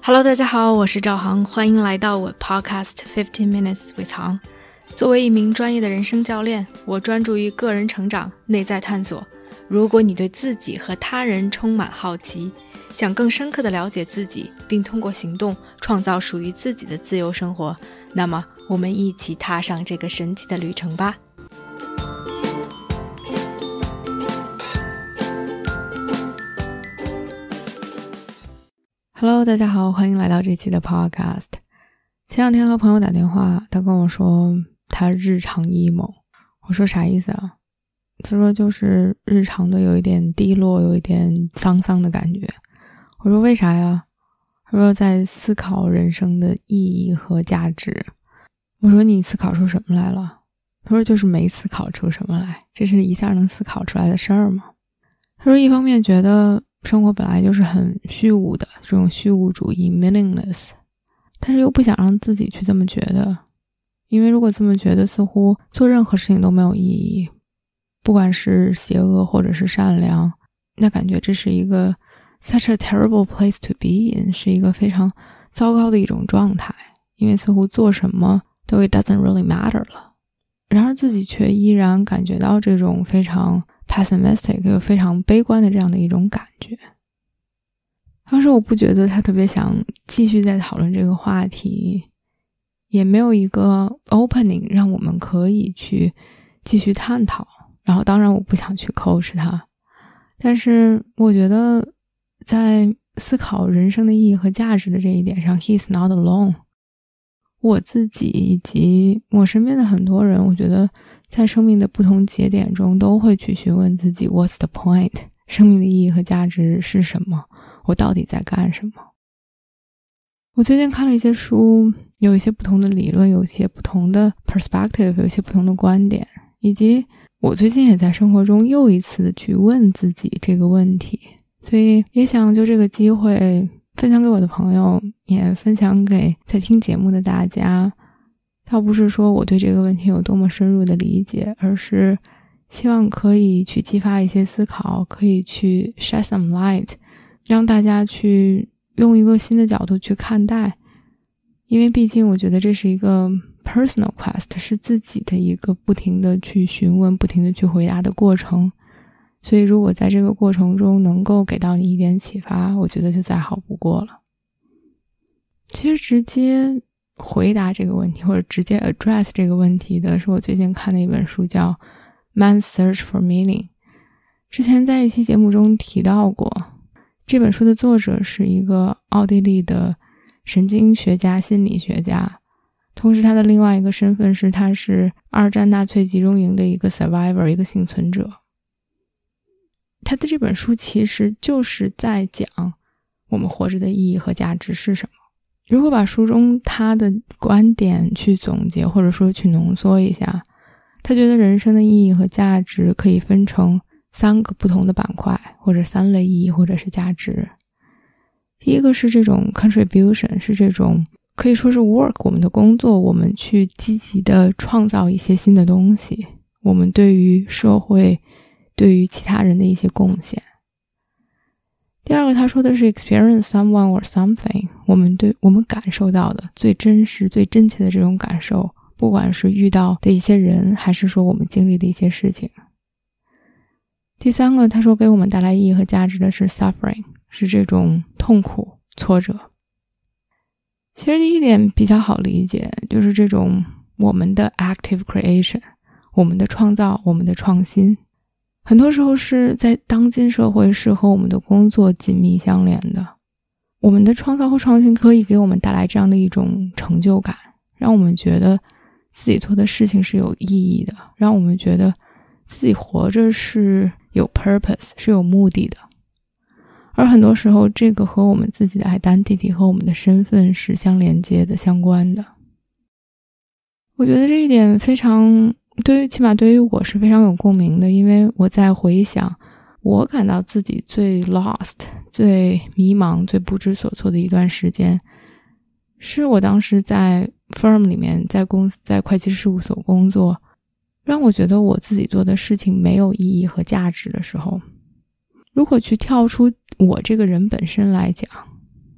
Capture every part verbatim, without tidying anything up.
Hello， 大家好，我是赵航，欢迎来到我 Podcast fifteen minutes with 航。作为一名专业的人生教练，我专注于个人成长、内在探索。如果你对自己和他人充满好奇，想更深刻地了解自己，并通过行动创造属于自己的自由生活，那么我们一起踏上这个神奇的旅程吧。Hello， 大家好，欢迎来到这期的 Podcast。 前两天和朋友打电话，他跟我说他日常 emo， 我说啥意思啊？他说就是日常的有一点低落，有一点丧丧的感觉。我说为啥呀？他说在思考人生的意义和价值。我说你思考出什么来了？他说就是没思考出什么来，这是一下能思考出来的事儿吗？他说一方面觉得生活本来就是很虚无的，这种虚无主义 meaningless， 但是又不想让自己去这么觉得，因为如果这么觉得，似乎做任何事情都没有意义，不管是邪恶或者是善良，那感觉这是一个 such a terrible place to be in， 是一个非常糟糕的一种状态，因为似乎做什么都 it doesn't really matter 了。然而自己却依然感觉到这种非常 pessimistic 又非常悲观的这样的一种感觉。当时我不觉得他特别想继续再讨论这个话题，也没有一个 opening 让我们可以去继续探讨，然后当然我不想去 coach 他，但是我觉得在思考人生的意义和价值的这一点上 he's not alone。 我自己以及我身边的很多人，我觉得在生命的不同节点中都会去询问自己 what's the point， 生命的意义和价值是什么，我到底在干什么。我最近看了一些书，有一些不同的理论，有一些不同的 perspective， 有一些不同的观点，以及我最近也在生活中又一次去问自己这个问题，所以也想就这个机会分享给我的朋友，也分享给在听节目的大家。倒不是说我对这个问题有多么深入的理解，而是希望可以去激发一些思考，可以去 shed some light， 让大家去用一个新的角度去看待。因为毕竟我觉得这是一个 personal quest， 是自己的一个不停的去询问，不停的去回答的过程。所以如果在这个过程中能够给到你一点启发，我觉得就再好不过了。其实直接回答这个问题，或者直接 address 这个问题的是我最近看的一本书，叫 Man's Search for Meaning。 之前在一期节目中提到过，这本书的作者是一个奥地利的神经学家、心理学家，同时他的另外一个身份是他是二战纳粹集中营的一个 survivor， 一个幸存者。他的这本书其实就是在讲我们活着的意义和价值是什么。如果把书中他的观点去总结，或者说去浓缩一下，他觉得人生的意义和价值可以分成三个不同的板块，或者三类意义或者是价值。第一个是这种 contribution， 是这种可以说是 work， 我们的工作，我们去积极的创造一些新的东西，我们对于社会对于其他人的一些贡献。第二个他说的是 experience someone or something， 我们对我们感受到的最真实最真切的这种感受，不管是遇到的一些人，还是说我们经历的一些事情。第三个他说给我们带来意义和价值的是 suffering， 是这种痛苦挫折。其实第一点比较好理解，就是这种我们的 active creation， 我们的创造，我们的创新，很多时候是在当今社会是和我们的工作紧密相连的。我们的创造和创新可以给我们带来这样的一种成就感，让我们觉得自己做的事情是有意义的，让我们觉得自己活着是有 purpose， 是有目的的。而很多时候这个和我们自己的 identity 和我们的身份是相连接的，相关的。我觉得这一点非常对于起码对于我是非常有共鸣的，因为我在回想我感到自己最 lost 最迷茫最不知所措的一段时间，是我当时在 firm 里面在公司在会计事务所工作，让我觉得我自己做的事情没有意义和价值的时候。如果去跳出我这个人本身来讲，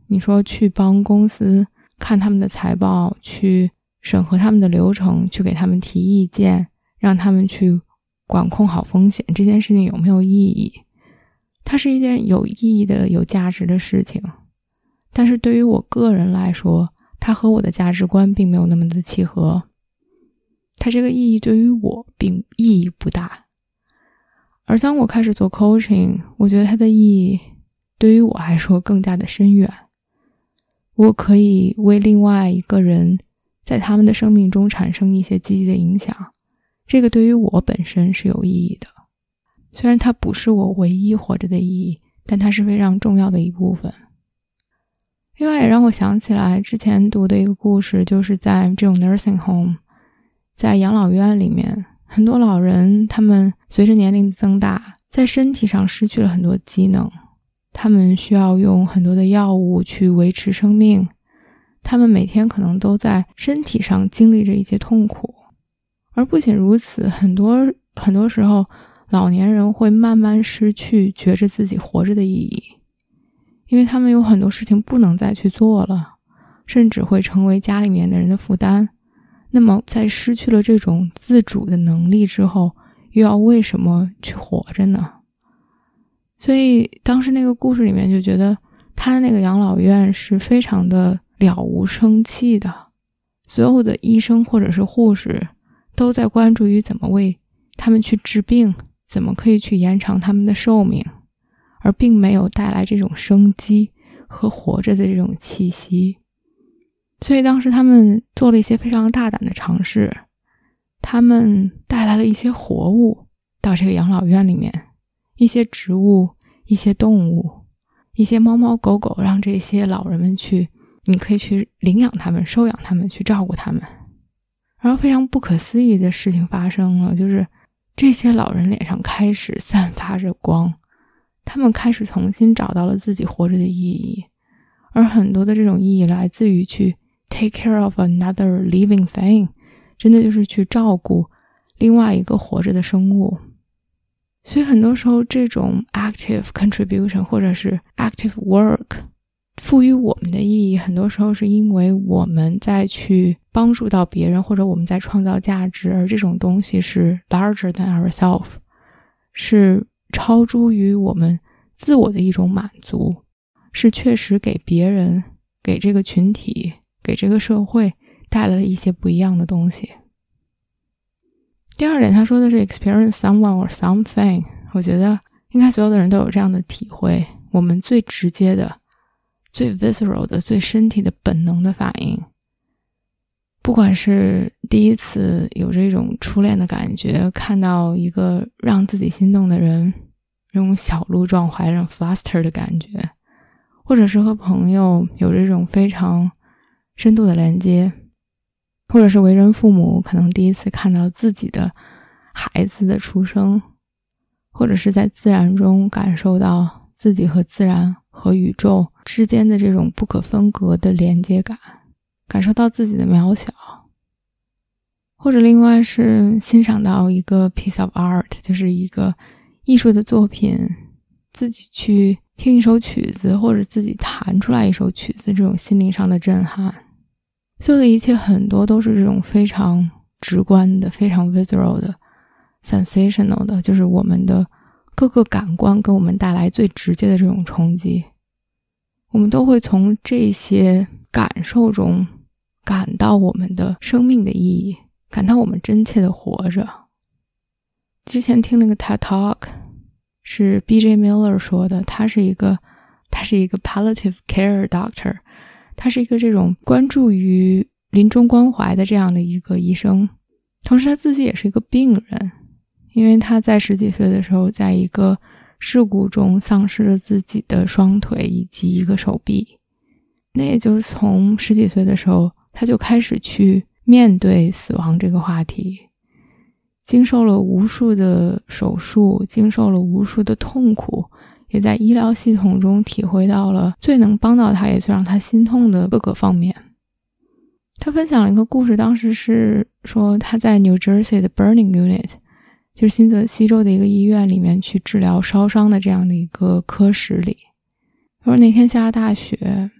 你说去帮公司看他们的财报，去审核他们的流程，去给他们提意见，让他们去管控好风险，这件事情有没有意义？它是一件有意义的、有价值的事情，但是对于我个人来说，它和我的价值观并没有那么的契合，它这个意义对于我并意义不大。而当我开始做 coaching， 我觉得它的意义对于我来说更加的深远。我可以为另外一个人在他们的生命中产生一些积极的影响，这个对于我本身是有意义的。虽然它不是我唯一活着的意义，但它是非常重要的一部分。另外也让我想起来之前读的一个故事，就是在这种 nursing home， 在养老院里面，很多老人他们随着年龄的增大，在身体上失去了很多机能，他们需要用很多的药物去维持生命，他们每天可能都在身体上经历着一些痛苦。而不仅如此，很多很多时候老年人会慢慢失去觉着自己活着的意义，因为他们有很多事情不能再去做了，甚至会成为家里面的人的负担。那么在失去了这种自主的能力之后，又要为什么去活着呢？所以当时那个故事里面就觉得他的那个养老院是非常的了无生气的，所有的医生或者是护士都在关注于怎么为他们去治病，怎么可以去延长他们的寿命，而并没有带来这种生机和活着的这种气息。所以当时他们做了一些非常大胆的尝试，他们带来了一些活物到这个养老院里面，一些植物，一些动物，一些猫猫狗狗，让这些老人们去，你可以去领养他们，收养他们，去照顾他们。然后非常不可思议的事情发生了，就是这些老人脸上开始散发着光，他们开始重新找到了自己活着的意义，而很多的这种意义来自于去 take care of another living thing， 真的就是去照顾另外一个活着的生物。所以很多时候这种 active contribution 或者是 active work 赋予我们的意义，很多时候是因为我们在去帮助到别人，或者我们在创造价值，而这种东西是 larger than ourselves， 是超诸于我们自我的一种满足，是确实给别人，给这个群体，给这个社会带来了一些不一样的东西。第二点他说的是 experience someone or something， 我觉得应该所有的人都有这样的体会，我们最直接的，最 visceral 的，最身体的本能的反应，不管是第一次有这种初恋的感觉，看到一个让自己心动的人，这种小鹿撞怀，这种 fluster 的感觉，或者是和朋友有这种非常深度的连接，或者是为人父母可能第一次看到自己的孩子的出生，或者是在自然中感受到自己和自然和宇宙之间的这种不可分割的连接感，感受到自己的渺小，或者另外是欣赏到一个 piece of art， 就是一个艺术的作品，自己去听一首曲子，或者自己弹出来一首曲子，这种心灵上的震撼。所有的一切很多都是这种非常直观的，非常 visceral 的 sensational 的，就是我们的各个感官给我们带来最直接的这种冲击，我们都会从这些感受中感到我们的生命的意义，感到我们真切的活着。之前听了个 TED Talk， 是 B J Miller 说的，他是一个他是一个 palliative care doctor， 他是一个这种关注于临终关怀的这样的一个医生，同时他自己也是一个病人，因为他在十几岁的时候在一个事故中丧失了自己的双腿以及一个手臂，那也就是从十几岁的时候他就开始去面对死亡这个话题，经受了无数的手术，经受了无数的痛苦，也在医疗系统中体会到了最能帮到他也最让他心痛的各个方面。他分享了一个故事，当时是说他在 New Jersey 的 Burning Unit， 就是新泽西州的一个医院里面去治疗烧伤的这样的一个科室里。说那天下了大雪，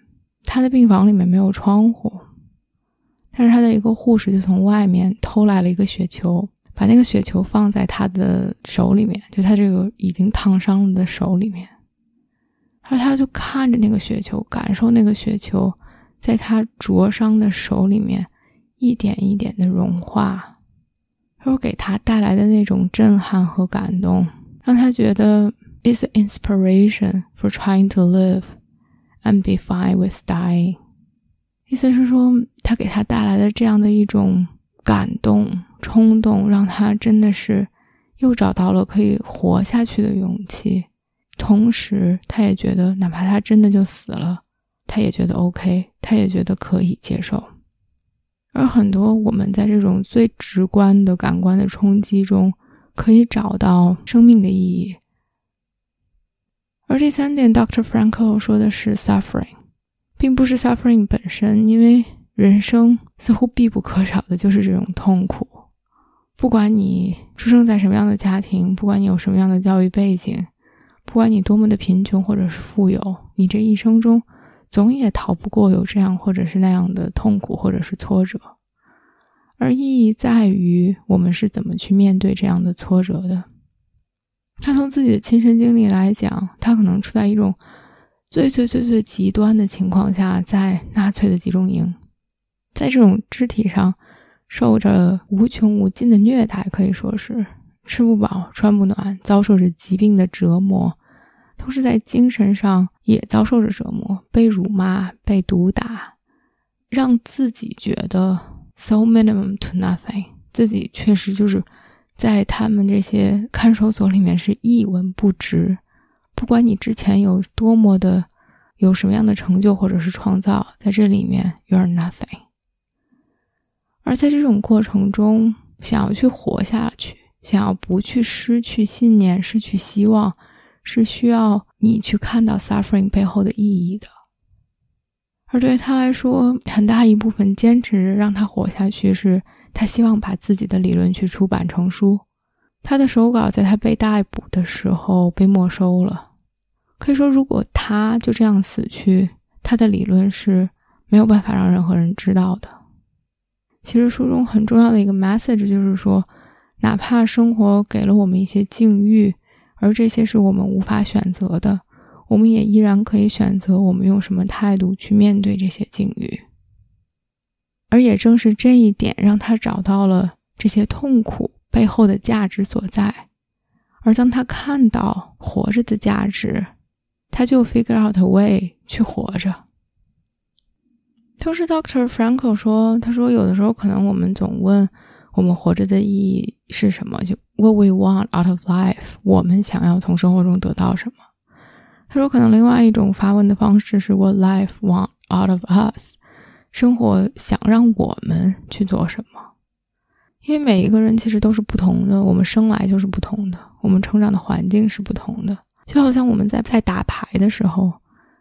他的病房里面没有窗户，但是他的一个护士就从外面偷来了一个雪球，把那个雪球放在他的手里面，就他这个已经烫伤了的手里面。而他就看着那个雪球，感受那个雪球在他灼伤的手里面一点一点的融化，而给他带来的那种震撼和感动，让他觉得 it's an inspiration for trying to live and be fine with dying。 意思是说，他给他带来的这样的一种感动冲动，让他真的是又找到了可以活下去的勇气，同时他也觉得哪怕他真的就死了，他也觉得 OK， 他也觉得可以接受。而很多我们在这种最直观的感官的冲击中可以找到生命的意义。而第三点 Doctor Frankl 说的是 suffering， 并不是 suffering 本身，因为人生似乎必不可少的就是这种痛苦。不管你出生在什么样的家庭，不管你有什么样的教育背景，不管你多么的贫穷或者是富有，你这一生中总也逃不过有这样或者是那样的痛苦或者是挫折。而意义在于我们是怎么去面对这样的挫折的。他从自己的亲身经历来讲，他可能处在一种最最最最极端的情况下，在纳粹的集中营，在这种肢体上受着无穷无尽的虐待，可以说是吃不饱穿不暖，遭受着疾病的折磨，同时在精神上也遭受着折磨，被辱骂被毒打，让自己觉得 so minimum to nothing， 自己确实就是在他们这些看守所里面是一文不值，不管你之前有多么的有什么样的成就或者是创造，在这里面 you are nothing。 而在这种过程中，想要去活下去，想要不去失去信念失去希望，是需要你去看到 suffering 背后的意义的。而对他来说，很大一部分坚持让他活下去是他希望把自己的理论去出版成书。他的手稿在他被逮捕的时候被没收了，可以说如果他就这样死去，他的理论是没有办法让任何人知道的。其实书中很重要的一个 message 就是说，哪怕生活给了我们一些境遇，而这些是我们无法选择的，我们也依然可以选择我们用什么态度去面对这些境遇。而也正是这一点让他找到了这些痛苦背后的价值所在，而当他看到活着的价值，他就 figure out a way 去活着。同时 Doctor Frankl 说，他说有的时候可能我们总问我们活着的意义是什么，就 what we want out of life， 我们想要从生活中得到什么。他说可能另外一种发问的方式是 what life want out of us， 生活想让我们去做什么。因为每一个人其实都是不同的，我们生来就是不同的，我们成长的环境是不同的，就好像我们在在打牌的时候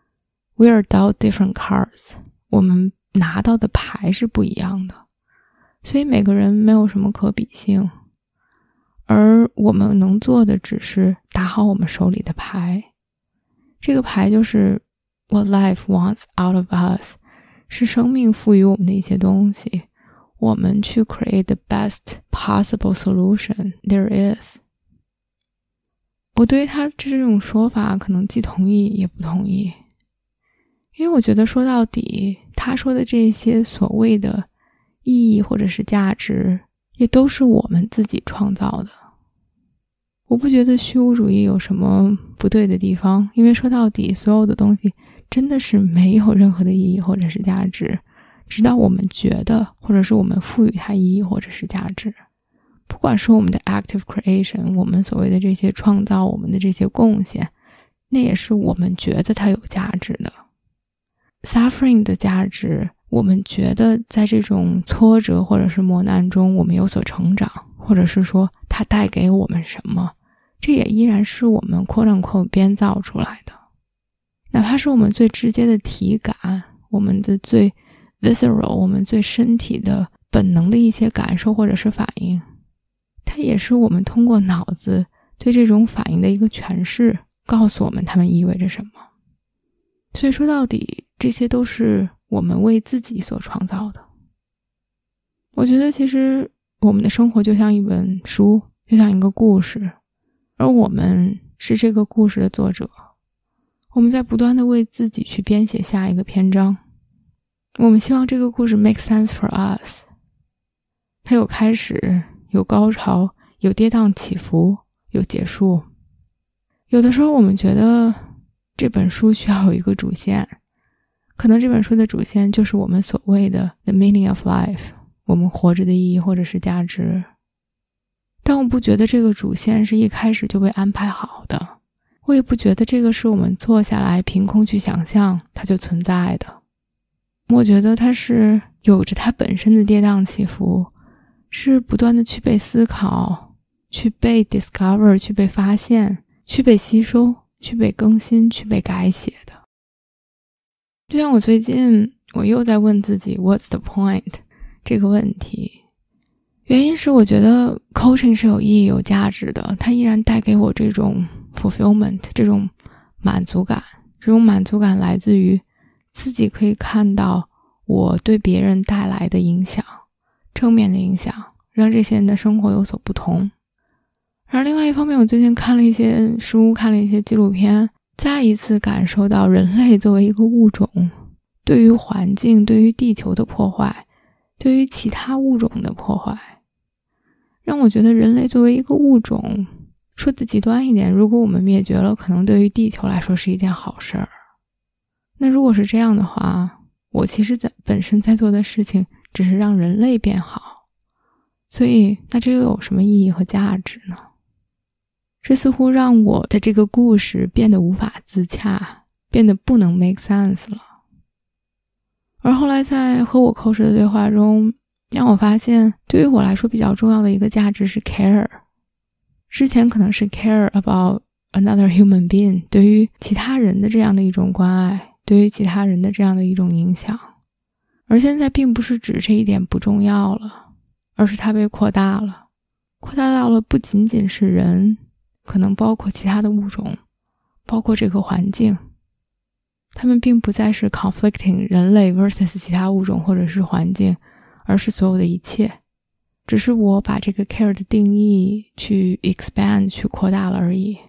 we are dealt different cards， 我们拿到的牌是不一样的，所以每个人没有什么可比性，而我们能做的只是打好我们手里的牌。这个牌就是 what life wants out of us， 是生命赋予我们的一些东西，我们去 create the best possible solution there is。 我对于他这种说法可能既同意也不同意，因为我觉得说到底他说的这些所谓的意义或者是价值也都是我们自己创造的。我不觉得虚无主义有什么不对的地方，因为说到底所有的东西真的是没有任何的意义或者是价值，直到我们觉得或者是我们赋予它意义或者是价值。不管是我们的 active creation， 我们所谓的这些创造，我们的这些贡献，那也是我们觉得它有价值的。 suffering 的价值，我们觉得在这种挫折或者是磨难中我们有所成长，或者是说它带给我们什么，这也依然是我们 quote unquote 编造出来的。哪怕是我们最直接的体感，我们的最 visceral， 我们最身体的本能的一些感受或者是反应，它也是我们通过脑子对这种反应的一个诠释，告诉我们它们意味着什么。 所以说到底，这些都是我们为自己所创造的。我觉得其实我们的生活就像一本书，就像一个故事，而我们是这个故事的作者。我们在不断的为自己去编写下一个篇章。我们希望这个故事 make sense for us。它有开始，有高潮，有跌宕起伏，有结束。有的时候我们觉得这本书需要有一个主线，可能这本书的主线就是我们所谓的 the meaning of life， 我们活着的意义或者是价值。但我不觉得这个主线是一开始就被安排好的，我也不觉得这个是我们坐下来凭空去想象它就存在的。我觉得它是有着它本身的跌宕起伏，是不断的去被思考，去被 discover， 去被发现，去被吸收，去被更新，去被改写的。就像我最近我又在问自己 What's the point 这个问题，原因是我觉得 coaching 是有意义有价值的，它依然带给我这种 fulfillment， 这种满足感。这种满足感来自于自己可以看到我对别人带来的影响，正面的影响，让这些人的生活有所不同。而另外一方面，我最近看了一些书，看了一些纪录片，再一次感受到人类作为一个物种，对于环境，对于地球的破坏，对于其他物种的破坏，让我觉得人类作为一个物种，说的极端一点，如果我们灭绝了，可能对于地球来说是一件好事儿。那如果是这样的话，我其实在本身在做的事情只是让人类变好，所以那这又有什么意义和价值呢？这似乎让我的这个故事变得无法自洽，变得不能 make sense 了。而后来在和我 coach 的对话中，让我发现对于我来说比较重要的一个价值是 care。 之前可能是 care about another human being， 对于其他人的这样的一种关爱，对于其他人的这样的一种影响。而现在并不是指这一点不重要了，而是它被扩大了，扩大到了不仅仅是人，可能包括其他的物种，包括这个环境。他们并不再是 conflicting 人类 versus 其他物种或者是环境，而是所有的一切。只是我把这个 care 的定义去 expand 去扩大了而已。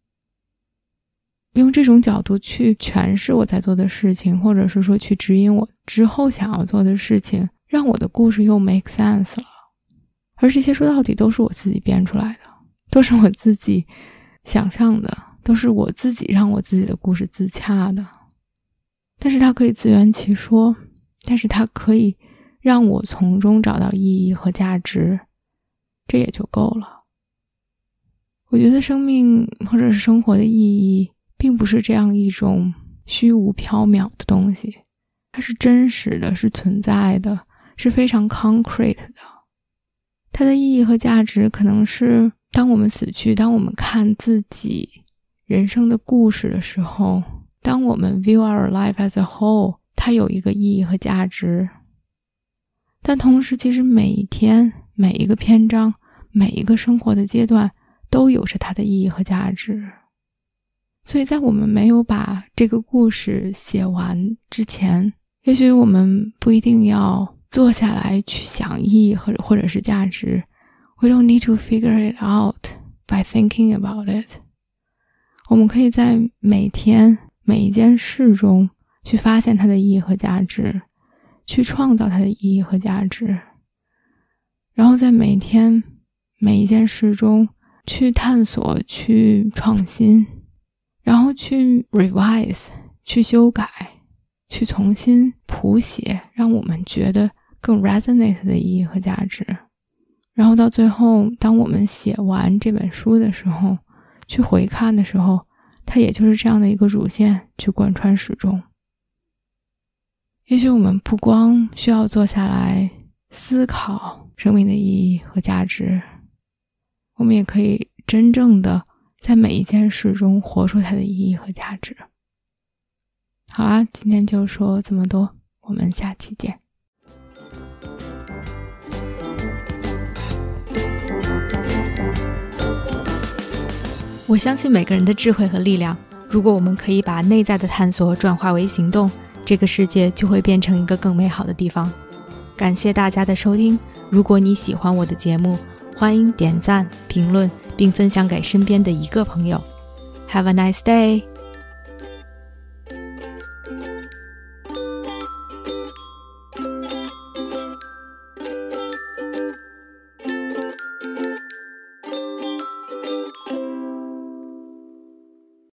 用这种角度去诠释我在做的事情，或者是说去指引我之后想要做的事情，让我的故事又 make sense 了。而这些说到底都是我自己编出来的，都是我自己想象的，都是我自己让我自己的故事自洽的。但是它可以自圆其说，但是它可以让我从中找到意义和价值，这也就够了。我觉得生命或者是生活的意义并不是这样一种虚无缥缈的东西，它是真实的，是存在的，是非常 concrete 的。它的意义和价值可能是当我们死去，当我们看自己人生的故事的时候，当我们 view our life as a whole， 它有一个意义和价值。但同时其实每一天，每一个篇章，每一个生活的阶段都有着它的意义和价值。所以在我们没有把这个故事写完之前，也许我们不一定要坐下来去想意义或者或者是价值。 We don't need to figure it out by thinking about it。 我们可以在每天每一件事中去发现它的意义和价值，去创造它的意义和价值，然后在每天每一件事中去探索，去创新，然后去 revise， 去修改，去重新谱写让我们觉得更 resonate 的意义和价值。然后到最后当我们写完这本书的时候，去回看的时候，它也就是这样的一个主线去贯穿始终。也许我们不光需要坐下来思考生命的意义和价值，我们也可以真正的在每一件事中活出它的意义和价值。好啦，今天就说这么多，我们下期见。 我相信每个人的智慧和力量如果我们可以把内在的探索转化为行动，这个世界就会变成一个更美好的地方。感谢大家的收听，如果你喜欢我的节目，欢迎点赞、评论并分享给身边的一个朋友。Have a nice day!